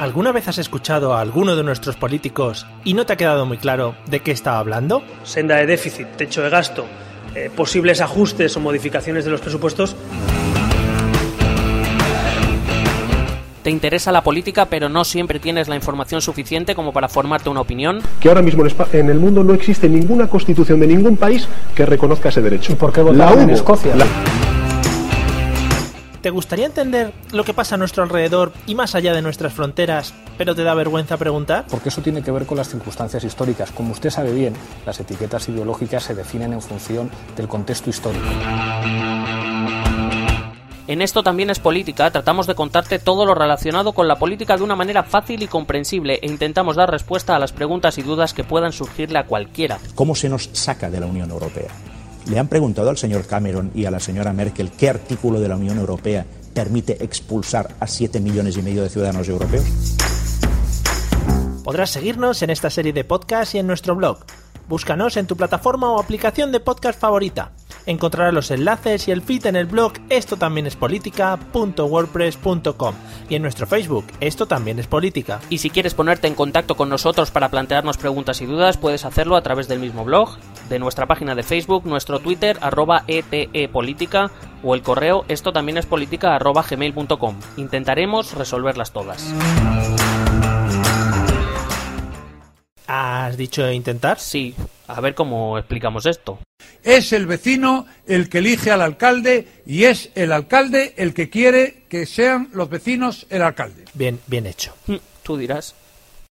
¿Alguna vez has escuchado a alguno de nuestros políticos y no te ha quedado muy claro de qué estaba hablando? Senda de déficit, techo de gasto, posibles ajustes o modificaciones de los presupuestos. ¿Te interesa la política pero no siempre tienes la información suficiente como para formarte una opinión? Que ahora mismo en el mundo no existe ninguna constitución de ningún país que reconozca ese derecho. ¿Y por qué votaron en Escocia? ¿Te gustaría entender lo que pasa a nuestro alrededor y más allá de nuestras fronteras, pero te da vergüenza preguntar? Porque eso tiene que ver con las circunstancias históricas. Como usted sabe bien, las etiquetas ideológicas se definen en función del contexto histórico. En Esto también es política, tratamos de contarte todo lo relacionado con la política de una manera fácil y comprensible e intentamos dar respuesta a las preguntas y dudas que puedan surgirle a cualquiera. ¿Cómo se nos saca de la Unión Europea? ¿Le han preguntado al señor Cameron y a la señora Merkel qué artículo de la Unión Europea permite expulsar a 7,5 millones de ciudadanos europeos? Podrás seguirnos en esta serie de podcasts y en nuestro blog. Búscanos en tu plataforma o aplicación de podcast favorita. Encontrarás los enlaces y el feed en el blog estotambiénespolitica.wordpress.com y en nuestro Facebook Esto También es Política. Y si quieres ponerte en contacto con nosotros para plantearnos preguntas y dudas, puedes hacerlo a través del mismo blog, de nuestra página de Facebook, nuestro Twitter @etepolítica o el correo estotambiénespolitica@gmail.com. Intentaremos resolverlas todas. ¿Has dicho intentar? Sí, a ver cómo explicamos esto. Es el vecino el que elige al alcalde y es el alcalde el que quiere que sean los vecinos el alcalde. Bien hecho. Tú dirás.